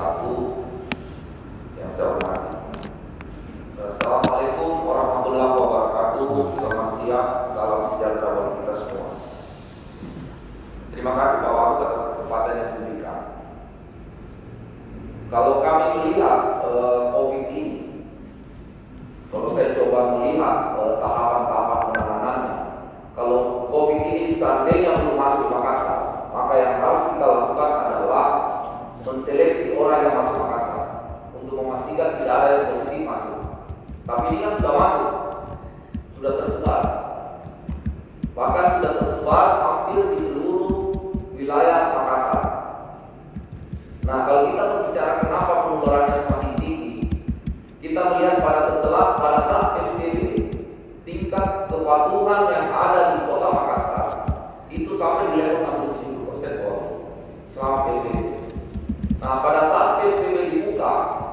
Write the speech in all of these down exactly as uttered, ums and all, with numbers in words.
satu yang saya hormati. Assalamualaikum warahmatullahi wabarakatuh. Selamat siang, salam sejahtera bagi kita semua. Terima kasih Pak Wagub atas kesempatan yang diberikan. Kalau kami melihat eh, COVID ini, kalau saya coba melihat eh, tahapan-tahapan penanganannya, kalau COVID ini seandainya belum masuk ke Makassar, maka yang harus kita lakukan adalah menseleksi orang yang masuk Makassar untuk memastikan tidak ada yang positif masuk. Tapi ini kan sudah masuk, sudah tersebar, bahkan sudah tersebar hampir di seluruh wilayah Makassar. Nah, kalau kita berbicara kenapa penularannya semakin tinggi, kita melihat pada setelah pada saat P S B B, tingkat kepatuhan yang ada di kota Makassar itu sampai di level enam puluh tujuh persen selama P S B B. Nah, pada saat P S B B dibuka,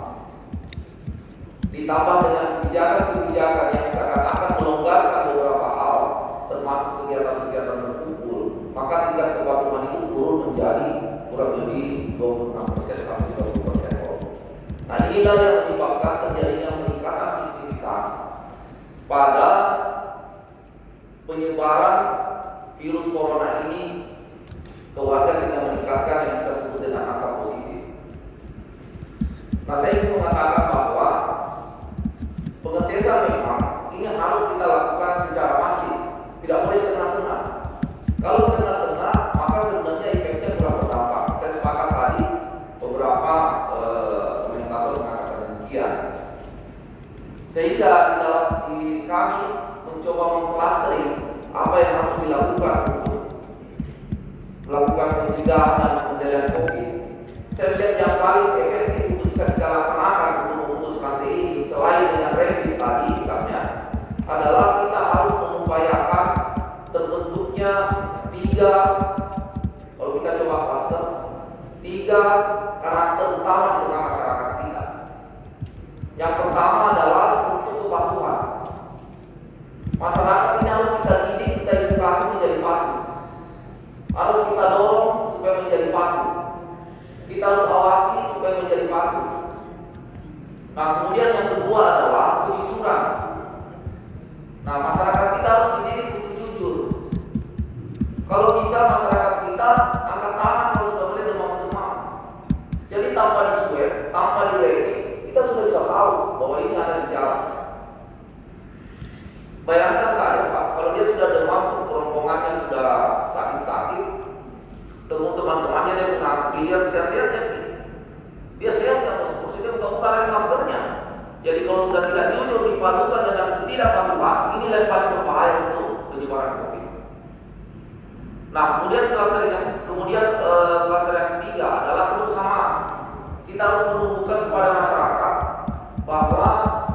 ditambah dengan kebijakan-kebijakan yang seakan-akan melonggarkan beberapa hal, termasuk kegiatan-kegiatan berkumpul, maka tingkat kepatuhan itu turun menjadi kurang lebih dua puluh enam persen sampai tiga puluh persen. Nah, inilah yang menyebabkan terjadinya peningkatan signifikan pada penyebaran virus corona ini ke warga sehingga meningkatkan yang kita sebut dengan angka positif. Nah, saya ingin mengatakan bahwa pengetesan memang ini harus kita lakukan secara masif, tidak boleh setengah-setengah. Kalau setengah-setengah, maka sebenarnya efeknya kurang berdampak. Saya sepakat tadi beberapa komentator eh, mengatakan demikian. Sehingga di dalam di kami mencoba mengklastering apa yang harus dilakukan untuk melakukan pencegahan dan pengendalian COVID. Saya lihat yang paling efektif untuk bisa kita laksanakan untuk memutus rantai ini selain dengan rapid tadi misalnya adalah kita harus mengupayakan terbentuknya tiga, kalau kita coba cluster, tiga karakter utama di tengah masyarakat kita. Yang pertama adalah untuk kepatuhan. Masyarakat ini harus kita didik, kita edukasi menjadi patuh. Harus kita dorong supaya menjadi patuh. Kita harus awasi supaya menjadi patuh. Nah, kemudian yang kedua adalah kejujuran. Nah, masyarakat kita harus dididik untuk jujur. Kalau bisa masyarakat kita angkat tangan kalau sudah mulai demam-demam. Jadi tanpa di swab, tanpa di rapid, kita sudah bisa tahu bahwa ini ada gejala. Bayangkan saja Pak, kalau dia sudah demam, kerongkongannya sudah sakit-sakit, teman-temannya dia mengaku dia sehat-sehat dia, dia sehat ya, maksudnya dia buka-buka lagi maskernya. Jadi kalau sudah tidak jujur dipadukan dengan ketidakpatuhan, inilah yang paling berbahaya untuk penyebaran COVID. Nah, kemudian kluster yang kemudian eh, kluster yang ketiga adalah kebersamaan. Kita harus menumbuhkan kepada masyarakat bahwa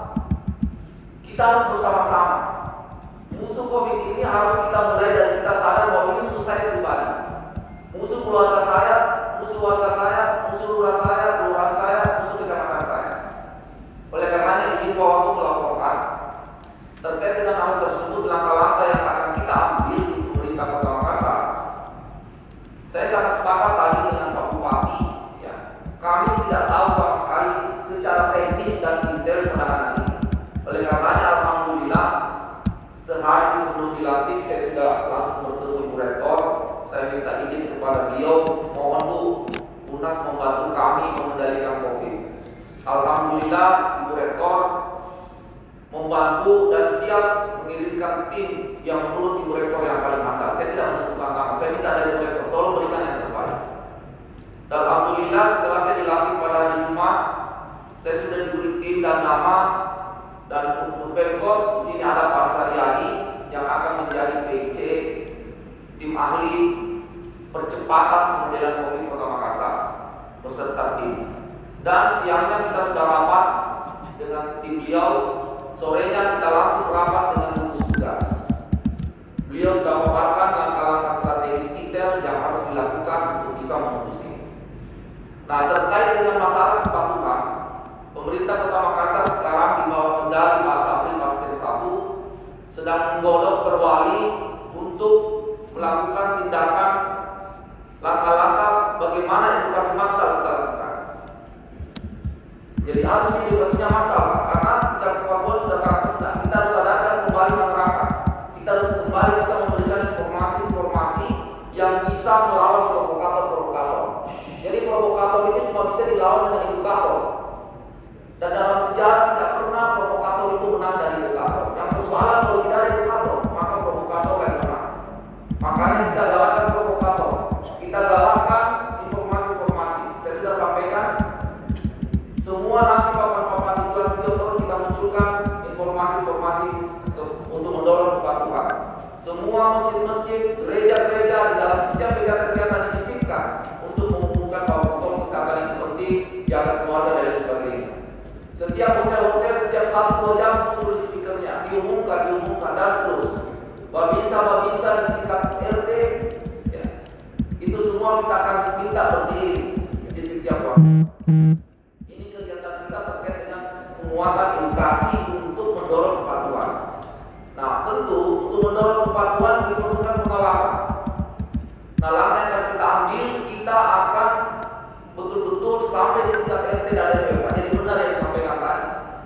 kita harus bersama-sama. Musuh COVID ini harus kita mulai dari kita sadar bahwa ini musuh saya pribadi, musuh keluarga saya, musuh warga saya, musuh lurah saya, kelurahan saya, musuh kecamatan saya. Oleh karenanya ingin Pak Wagub melaporkan terkait dengan hal tersebut langkah-langkah yang akan kita ambil di pemerintah Kota Makassar. Saya sangat sepakat tadi dengan Pak Bupati. Ya, kami tidak tahu sama sekali secara teknis dan detail penanganan ini. Oleh karenanya alhamdulillah sehari sebelum dilantik saya sudah langsung bertemu Ibu Rektor. Saya minta izin kepada beliau, mohon Bu, Unas membantu kami mengendalikan COVID. Alhamdulillah Ibu Rektor membantu dan siap mengirimkan tim yang menurut Ibu Rektor yang paling handal. Saya tidak menentukan nama, saya minta dari Ibu Rektor tolong berikan yang terbaik. Dan alhamdulillah setelah saya dilantik pada hari Jumat, saya sudah diberi tim dan nama. Dan untuk Pemkot di sini ada Pak Saryadi yang akan menjadi P C tim ahli percepatan pengendalian COVID Kota Makassar beserta tim. Dan siangnya kita sudah rapat dengan tim beliau, sorenya kita langsung rapat dengan gugus tugas. Beliau sudah memaparkan langkah-langkah strategis detail yang harus dilakukan untuk bisa memutus ini. Nah, terkait dengan masalah kepatuhan, pemerintah Kota Makassar sekarang di bawah kendali Pak Sapri Pastir satu sedang menggodok perwali untuk melakukan tindakan langkah-langkah bagaimana edukasi massal kita lakukan. Jadi harus diedukasinya masalah, karena tingkat kepatuhan sudah sangat rendah. Kita harus sadarkan kembali masyarakat. Kita harus kembali bisa memberikan informasi-informasi yang bisa melawan provokator-provokator. Jadi provokator itu cuma bisa dilawan dengan edukator. Dan dalam sejarah tidak pernah provokator itu menang dari edukator. Yang persoalan kalau tidak ada edukator, maka provokator akan menang. Makanya kita galakkan provokator. Kita galakkan informasi-informasi. Saya sudah sampaikan, semua nanti papan-papan iklan video kita munculkan informasi-informasi untuk mendorong kepatuhan. Semua masjid-masjid, gereja-gereja di dalam setiap kegiatan-kegiatan disisipkan untuk mengumumkan bahwa protokol kesehatan itu penting, jaga keluarga dan lain sebagainya. Setiap hotel-hotel setiap satu dua jam muncul stikernya, diumumkan, diumumkan dan terus. Babinsa-babinsa di tingkat R T, ya, itu semua kita akan minta berdiri di setiap waktu. Ini kegiatan kita terkait dengan penguatan edukasi untuk mendorong kepatuhan. Nah, tentu untuk mendorong kepatuhan diperlukan pengawasan. Nah, langkah yang akan kita ambil, kita akan betul-betul sampai di tingkat R T dan R W. Jadi benar yang disampaikan tadi.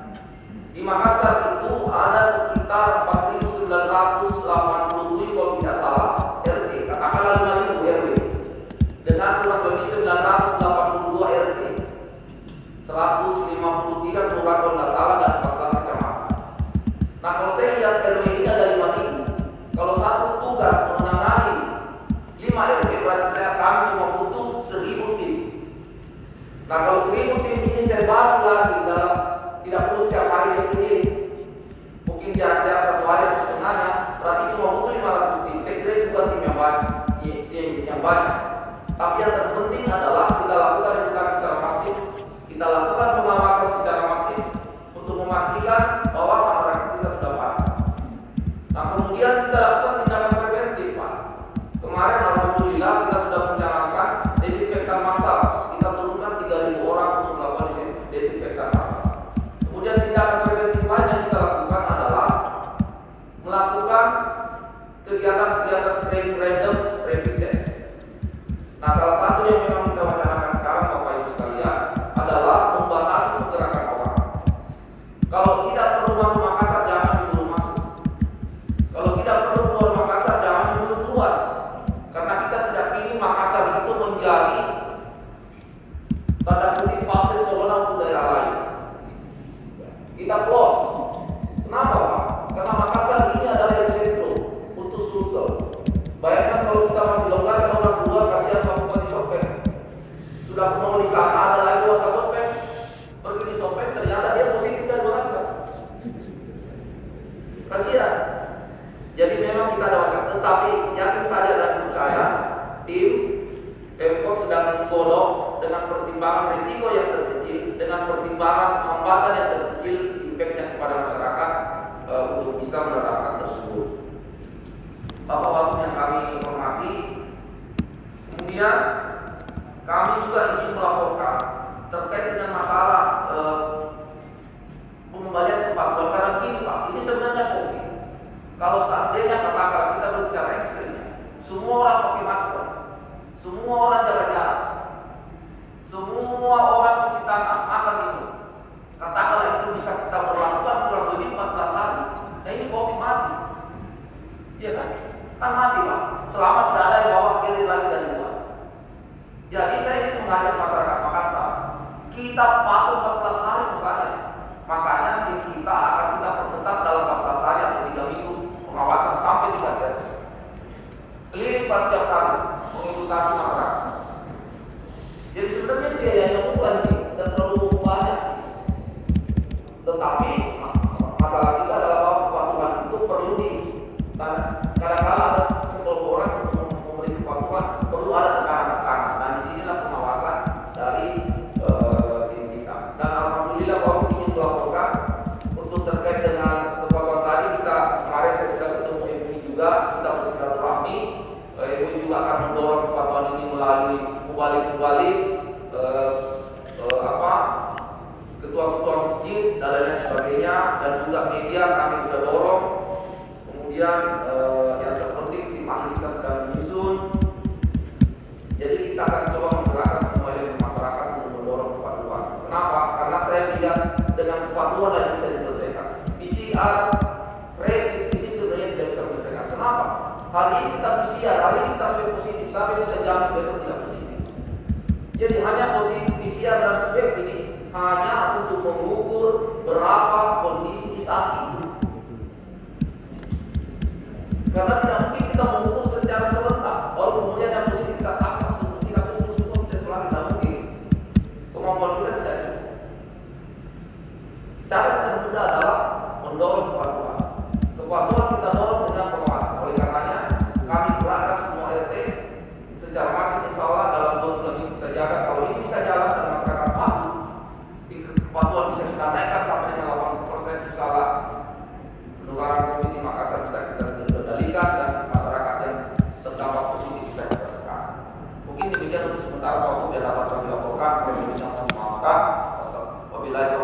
Di Makassar itu ada sekitar empat ribu sembilan ratus delapan puluh tujuh kalau tidak salah R T, katakanlah lima ribu R W, dengan kurang lebih sembilan ratus delapan puluh dua R T, seratus lima puluh tiga kelurahan kalau tidak salah dan empat belas kecamatan. Nah, kalau saya lihat R W ini ada lima ribu, kalau satu tugas menangani lima R W berarti saya kami cuma butuh seribu tim. Nah, kalau seribu tim ini saya bagi lagi dalam, tidak perlu setiap hari yang ini, mungkin jarak-jarak satu hari atau setengahnya, berarti cuma butuh lima ratus tim. Saya kira itu bukan tim yang banyak, tim yang banyak. Tapi yang terpenting adalah kita lakukan edukasi secara masif, kita lakukan pengawasan secara masif untuk memastikan bahwa masyarakat kita sudah paham. Nah, kemudian kita lakukan tindakan preventif, Pak. Kemarin alhamdulillah kita sudah mencanangkan desinfektan massal. Kita turunkan tiga ribu orang untuk melakukan desinfektan massal. Kemudian tindakan preventif lain yang kita lakukan adalah melakukan kegiatan-kegiatan screening random rapid test. Nah, salah satu yang memang kita wacanakan sekarang, Bapak Ibu sekalian, adalah membatasi pergerakan orang. Kalau tidak perlu masuk Makassar, jangan dulu masuk. Kalau tidak perlu keluar Makassar, jangan dulu keluar. Karena kita tidak ingin Makassar itu menjadi tanda kutip pabrik corona untuk daerah lain. Kita close. Kenapa, Pak? Karena Makassar ini adalah epicentrum untuk Sulsel. Bayangkan kalau kita masih longgarkan orang keluar, kasihan Pak Bupati Sopeng. Sudah mau di sana ada lagi orang Sopeng, pergi di Sopeng ternyata dia positif dan Makassar. Kasihan. Jadi memang kita doakan, tetapi yakin saja dan percaya tim Pemkot sedang menggodok dengan pertimbangan risiko yang terkecil, dengan pertimbangan hambatan yang terkecil, impactnya kepada masyarakat e, untuk bisa menerapkan tersebut. Bapak-bapak yang kami hormati, kemudian kami juga ingin melaporkan terkait dengan masalah e, pengembalian kepatuhan. Karena begini, Pak, ini sebenarnya COVID. Kalau seandainya katakanlah kita berbicara ekstrimnya, semua orang pakai masker, semua orang jaga jarak, semua orang cuci tangan, makan itu, katakanlah itu bisa kita berlakukan kurang lebih empat belas hari. Nah, ini COVID mati, iya kan? Kan mati, Pak. Selama tidak ada yang bawa kirim lagi dari luar. Jadi saya ingin mengajak masyarakat Makassar, kita patuh empat belas hari misalnya. Makanya tim kita akan kita perketat dalam empat belas hari atau tiga minggu pengawasan sampai tiga hari. Keliling pas setiap hari mengedukasi masyarakat. Jadi sebenarnya biayanya bukan dan terlalu banyak. Tetapi masalah kita adalah bahwa kepatuhan itu perlu di kadang-kadang ada sekelompok orang untuk memberi kepatuhan perlu ada tekanan-tekanan. Nah, disinilah pengawasan dari uh, tim kita. Dan alhamdulillah bahwa ingin melaporkan untuk terkait dengan kepatuhan tadi, kita kemarin saya sudah ketemu M U I juga, kita bersilaturahmi. M U I juga akan mendorong kepatuhan ini melalui mubalik-mubalik. Uh, dengan kepatuhan yang bisa diselesaikan. P C R, rapid ini sebenarnya tidak bisa diselesaikan. Kenapa? Hari ini kita P C R, hari ini kita swab positif, tapi bisa jamin besok tidak positif. Jadi hanya positif P C R dan swab ini hanya untuk mengukur berapa kondisi saat itu. Karena tidak mungkin kita mengukur secara serentak. Kalau kemudian yang positif kita tangkap, kita kumpul semua kita setelah tidak mungkin. Kemampuan kita tidak cukup. Cara yang mudah adalah mendorong kepatuhan. Kepatuhan kita dorong dengan pengawasan. Oleh karenanya kami berharap semua R T secara masif insya Allah dalam dua bulan ini kita jaga. Kalau ini bisa jalan dan masyarakat patuh, kepatuhan bisa kita naikkan sampai dengan delapan puluh persen insya Allah. Penularan COVID di Makassar bisa kita kendalikan dan masyarakat yang terdampak positif bisa kita tekan. Mungkin demikian untuk sementara waktu biar dapat kami laporkan. Kami mohon maaf. Wabillahi